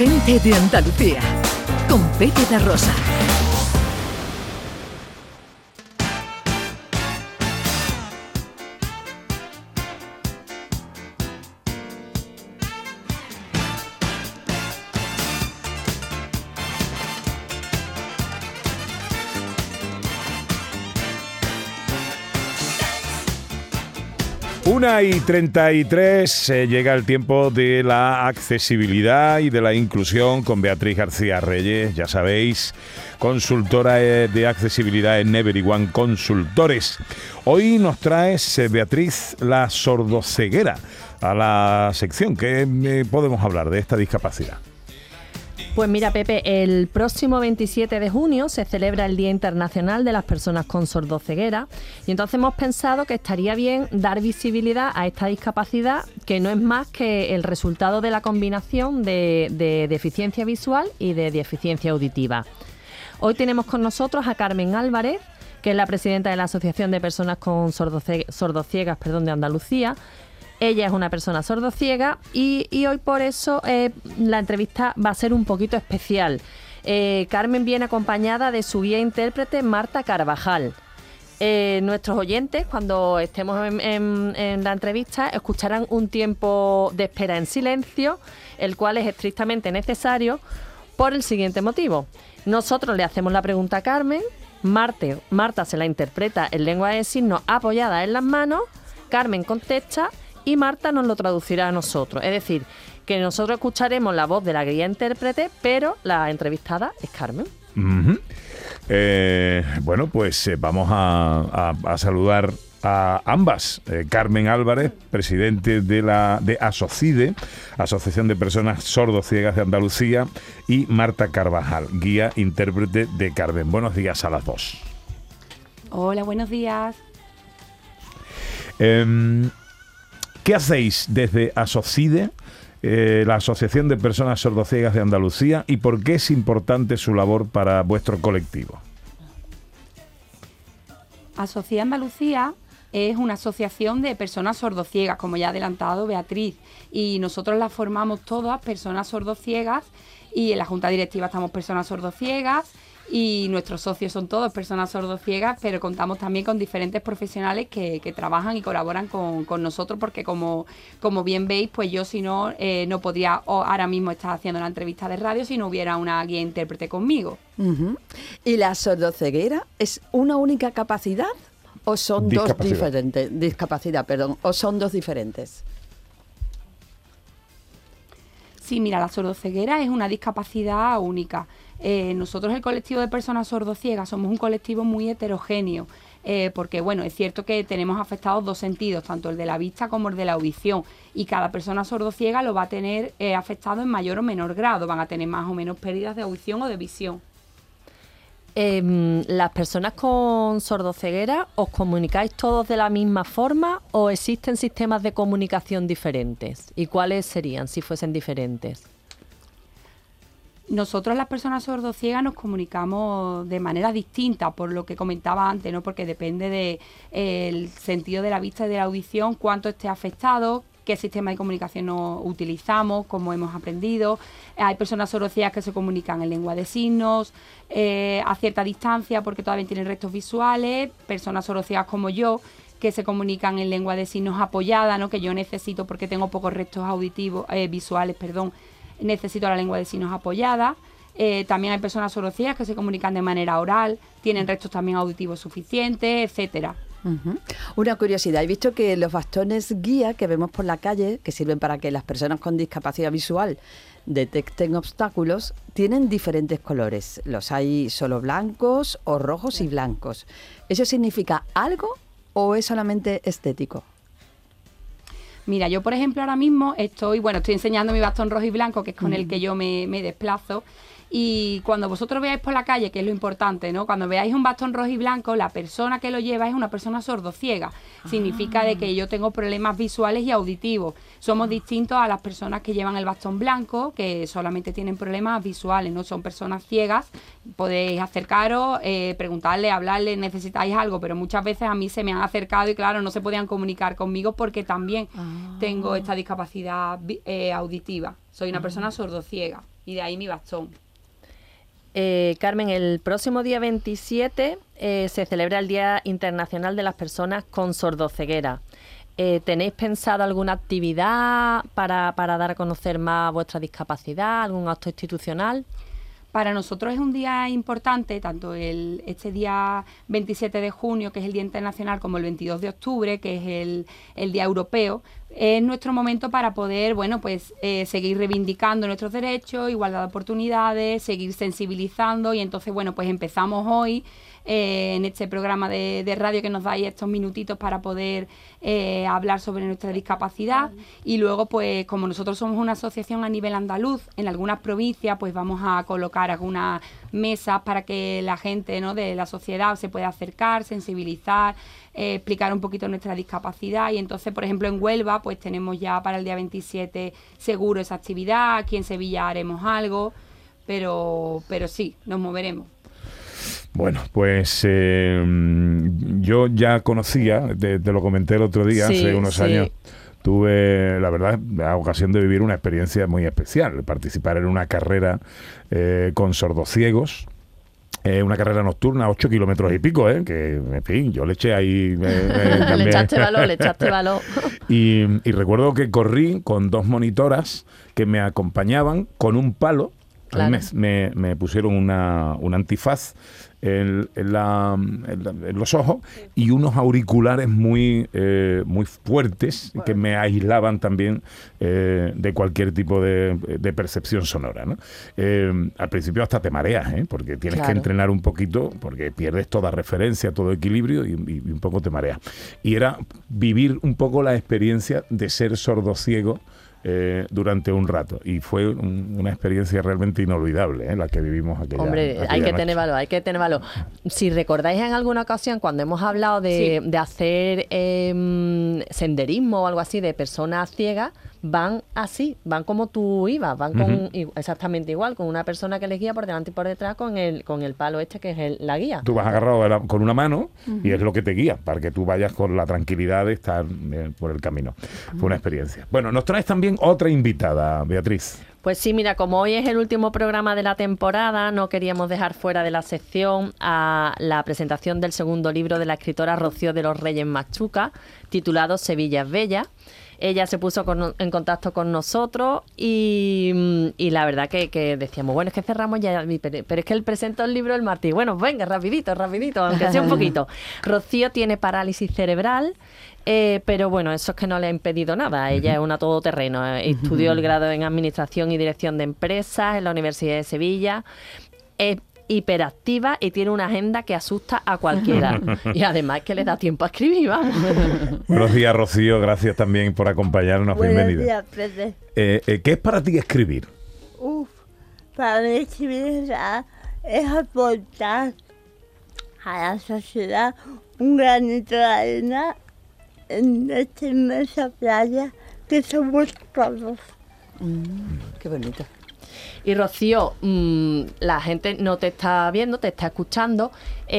Gente de Andalucía, con Pepe da Rosa. Una y 33, llega el tiempo de la accesibilidad y de la inclusión con Beatriz García Reyes, ya sabéis, consultora de accesibilidad en Everyone Consultores. Hoy nos traes, Beatriz, la sordoceguera a la sección. ¿Qué podemos hablar de esta discapacidad? Pues mira, Pepe, el próximo 27 de junio se celebra el Día Internacional de las Personas con Sordoceguera y entonces hemos pensado que estaría bien dar visibilidad a esta discapacidad, que no es más que el resultado de la combinación de deficiencia visual y de deficiencia auditiva. Hoy tenemos con nosotros a Carmen Álvarez, que es la presidenta de la Asociación de Personas con Sordociegas de Andalucía. Ella es una persona sordociega y hoy por eso la entrevista va a ser un poquito especial. Carmen viene acompañada de su guía intérprete Marta Carvajal. Nuestros oyentes, cuando estemos en la entrevista, escucharán un tiempo de espera en silencio, el cual es estrictamente necesario por el siguiente motivo. Nosotros le hacemos la pregunta a Carmen, Marta se la interpreta en lengua de signos apoyada en las manos, Carmen contesta y Marta nos lo traducirá a nosotros. Es decir, que nosotros escucharemos la voz de la guía intérprete, pero la entrevistada es Carmen. Uh-huh. Bueno, pues vamos a saludar a ambas. Carmen Álvarez, presidente de ASOCIDE, Asociación de Personas Sordociegas de Andalucía, y Marta Carvajal, guía intérprete de Carmen. Buenos días a las dos. Hola, buenos días. ¿Qué hacéis desde ASOCIDE, la Asociación de Personas Sordociegas de Andalucía, y por qué es importante su labor para vuestro colectivo? ASOCIDE Andalucía es una asociación de personas sordociegas, como ya ha adelantado Beatriz, y nosotros la formamos todas personas sordociegas, y en la Junta Directiva estamos personas sordociegas, y nuestros socios son todos personas sordociegas, pero contamos también con diferentes profesionales que trabajan y colaboran con nosotros, porque como bien veis, pues yo si no, no podría ahora mismo estar haciendo la entrevista de radio si no hubiera una guía intérprete conmigo. Uh-huh. ¿Y la sordoceguera es una única capacidad o son dos diferentes? ¿O son dos diferentes? Sí, mira, la sordoceguera es una discapacidad única. Nosotros, el colectivo de personas sordociegas, somos un colectivo muy heterogéneo, porque bueno, es cierto que tenemos afectados dos sentidos, tanto el de la vista como el de la audición, y cada persona sordociega lo va a tener afectado en mayor o menor grado, van a tener más o menos pérdidas de audición o de visión. ¿Las personas con sordoceguera os comunicáis todos de la misma forma o existen sistemas de comunicación diferentes? ¿Y cuáles serían si fuesen diferentes? Nosotros, las personas sordociegas, nos comunicamos de manera distinta, por lo que comentaba antes, ¿no? Porque depende del sentido de la vista y de la audición, cuánto esté afectado, qué sistema de comunicación nos utilizamos, cómo hemos aprendido. Hay personas sordociegas que se comunican en lengua de signos, a cierta distancia, porque todavía tienen restos visuales. Personas sordociegas como yo, que se comunican en lengua de signos apoyada, ¿no? Que yo necesito, porque tengo pocos restos auditivos, visuales, necesito la lengua de signos apoyada. También hay personas sordociegas que se comunican de manera oral, tienen restos también auditivos suficientes, etcétera. Uh-huh. Una curiosidad, he visto que los bastones guía que vemos por la calle, que sirven para que las personas con discapacidad visual detecten obstáculos, tienen diferentes colores. Los hay solo blancos o rojos y blancos. ¿Eso significa algo o es solamente estético? Mira, yo por ejemplo ahora mismo estoy enseñando mi bastón rojo y blanco, que es con el que yo me desplazo. Y cuando vosotros veáis por la calle, que es lo importante, ¿no? Cuando veáis un bastón rojo y blanco, la persona que lo lleva es una persona sordociega. Significa de que yo tengo problemas visuales y auditivos. Somos distintos a las personas que llevan el bastón blanco, que solamente tienen problemas visuales, ¿no? Son personas ciegas. Podéis acercaros, preguntarle, hablarle, necesitáis algo, pero muchas veces a mí se me han acercado y claro, no se podían comunicar conmigo porque también tengo esta discapacidad auditiva. Soy una persona sordociega y de ahí mi bastón. Carmen, el próximo día 27 se celebra el Día Internacional de las Personas con Sordoceguera. ¿Tenéis pensado alguna actividad para dar a conocer más vuestra discapacidad, algún acto institucional? Para nosotros es un día importante, tanto este día 27 de junio, que es el Día Internacional, como el 22 de octubre, que es el Día Europeo. Es nuestro momento para poder, seguir reivindicando nuestros derechos, igualdad de oportunidades, seguir sensibilizando, y entonces, pues empezamos hoy en este programa de radio que nos dais estos minutitos para poder hablar sobre nuestra discapacidad, y luego, pues como nosotros somos una asociación a nivel andaluz, en algunas provincias pues vamos a colocar algunas mesas para que la gente, ¿no?, de la sociedad se pueda acercar, sensibilizar, explicar un poquito nuestra discapacidad. Y entonces, por ejemplo, en Huelva pues tenemos ya para el día 27 seguro esa actividad. Aquí en Sevilla haremos algo, pero sí, nos moveremos. Bueno, pues yo ya conocía, te lo comenté el otro día, hace unos años, tuve, la verdad, la ocasión de vivir una experiencia muy especial, participar en una carrera con sordociegos. Una carrera nocturna, 8 kilómetros y pico, que, en fin, yo le eché ahí también. Le echaste valor. Y recuerdo que corrí con 2 monitoras que me acompañaban con un palo. Claro. A mí me pusieron un antifaz en los ojos y unos auriculares muy fuertes que me aislaban también de cualquier tipo de percepción sonora, ¿no? Al principio hasta te mareas, porque tienes que entrenar un poquito, porque pierdes toda referencia, todo equilibrio y un poco te mareas. Y era vivir un poco la experiencia de ser sordociego durante un rato, y fue una experiencia realmente inolvidable, la que vivimos aquella. Hombre, hay que tener valor. Si recordáis en alguna ocasión cuando hemos hablado de hacer senderismo o algo así de personas ciegas, van como tú ibas, van con exactamente igual, con una persona que les guía por delante y por detrás con el palo que es la guía. Tú vas agarrado con una mano y es lo que te guía, para que tú vayas con la tranquilidad de estar por el camino. Fue una experiencia. Bueno, nos traes también otra invitada, Beatriz. Pues sí, mira, como hoy es el último programa de la temporada, no queríamos dejar fuera de la sección a la presentación del segundo libro de la escritora Rocío de los Reyes Machuca, titulado Sevilla es Bella. Ella se puso en contacto con nosotros y la verdad que decíamos, bueno, es que cerramos ya, pero es que él presentó el libro el martes. Bueno, venga, rapidito, aunque sea un poquito. Rocío tiene parálisis cerebral, pero bueno, eso es que no le ha impedido nada. Ella es una todoterreno. Estudió el grado en Administración y Dirección de Empresas en la Universidad de Sevilla. Hiperactiva y tiene una agenda que asusta a cualquiera. Y además que le da tiempo a escribir, vamos. Buenos días, Rocío. Gracias también por acompañarnos. Bienvenida. Buenos días, Pepe. ¿Qué es para ti escribir? Para mí escribir es aportar a la sociedad un granito de arena en esta inmensa playa que somos todos. Qué bonito. Y Rocío, la gente no te está viendo, te está escuchando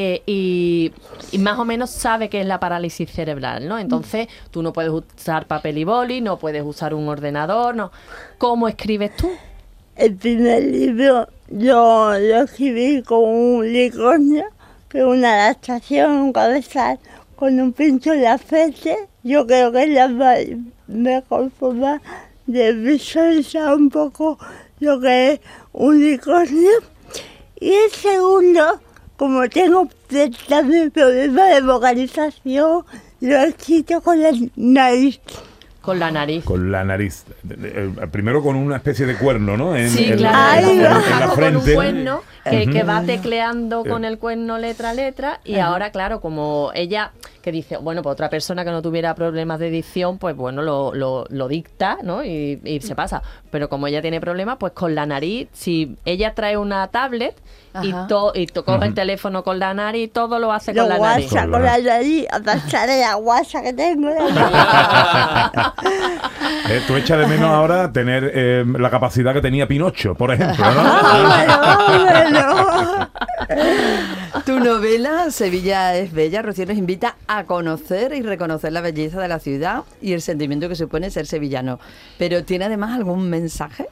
y más o menos sabe qué es la parálisis cerebral, ¿no? Entonces tú no puedes usar papel y boli, no puedes usar un ordenador, ¿no? ¿Cómo escribes tú? El primer libro yo lo escribí con un unicornio, que es una adaptación, un cabezal, con un pincho en la frente. Yo creo que es la mejor forma de visualizar un poco lo que es un unicornio. Y el segundo, como tengo también problemas de vocalización, lo he escrito con la nariz. Con la nariz. Con la nariz. Primero con una especie de cuerno, ¿no? Sí, claro. En la frente. Con un cuerno que va tecleando con el cuerno letra a letra y ahora, claro, como ella que dice, bueno, pues otra persona que no tuviera problemas de dicción, pues bueno, lo dicta, ¿no? Y se pasa. Pero como ella tiene problemas, pues con la nariz, si ella trae una tablet y coge el teléfono con la nariz, todo lo hace con la nariz. Con la nariz, a pasar la guasa que tengo. Tú echas de menos ahora tener la capacidad que tenía Pinocho, por ejemplo, ¿no? Bueno. Tu novela, Sevilla es Bella, Rocío, nos invita a conocer y reconocer la belleza de la ciudad y el sentimiento que supone ser sevillano. Pero ¿tiene además algún mensaje?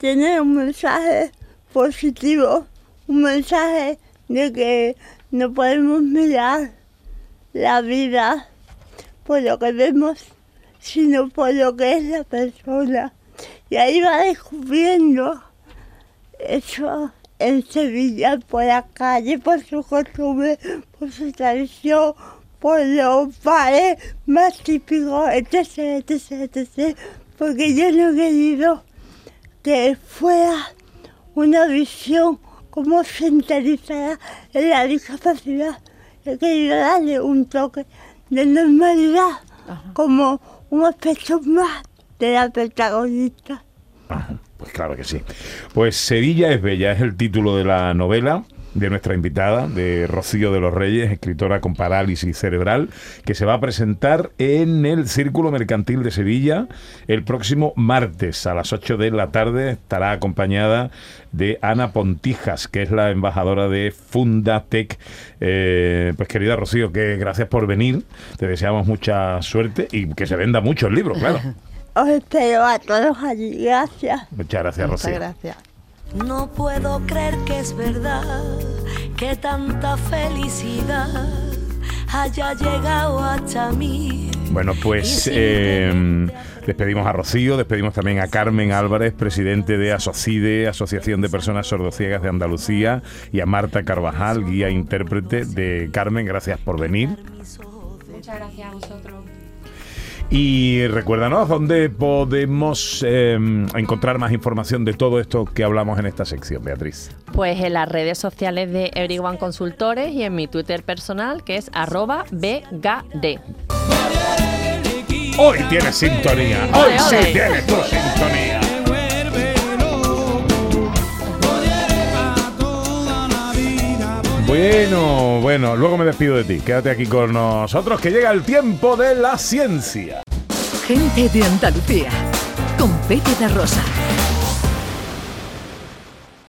tiene un mensaje positivo, un mensaje de que no podemos mirar la vida por lo que vemos, sino por lo que es la persona. Y ahí va descubriendo eso en Sevilla, por la calle, por su costumbre, por su tradición, por los bares más típicos, etc, etc, etc. Porque yo no he querido que fuera una visión como centralizada en la discapacidad. He querido darle un toque de normalidad, como un aspecto más de la protagonista. Pues claro que sí. Pues Sevilla es bella, es el título de la novela de nuestra invitada, de Rocío de los Reyes, escritora con parálisis cerebral, que se va a presentar en el Círculo Mercantil de Sevilla el próximo martes a las 8 de la tarde. Estará acompañada de Ana Pontijas, que es la embajadora de Fundatec. Pues querida Rocío, que gracias por venir, te deseamos mucha suerte y que se venda mucho el libro, claro. Os espero a todos allí, gracias. Muchas gracias, Rocío. Muchas gracias. No puedo creer que es verdad que tanta felicidad haya llegado hasta mí. Bueno, pues despedimos a Rocío, despedimos también a Carmen Álvarez, presidente de ASOCIDE, Asociación de Personas Sordociegas de Andalucía, y a Marta Carvajal, guía e intérprete de Carmen. Gracias por venir. Muchas gracias a vosotros. Y recuérdanos dónde podemos encontrar más información de todo esto que hablamos en esta sección, Beatriz. Pues en las redes sociales de Everyone Consultores y en mi Twitter personal, que es @bgd. Hoy tienes sintonía, hoy sí tienes tu sintonía. Bueno, luego me despido de ti. Quédate aquí con nosotros, que llega el tiempo de la ciencia. Gente de Andalucía, con Pepe da Rosa.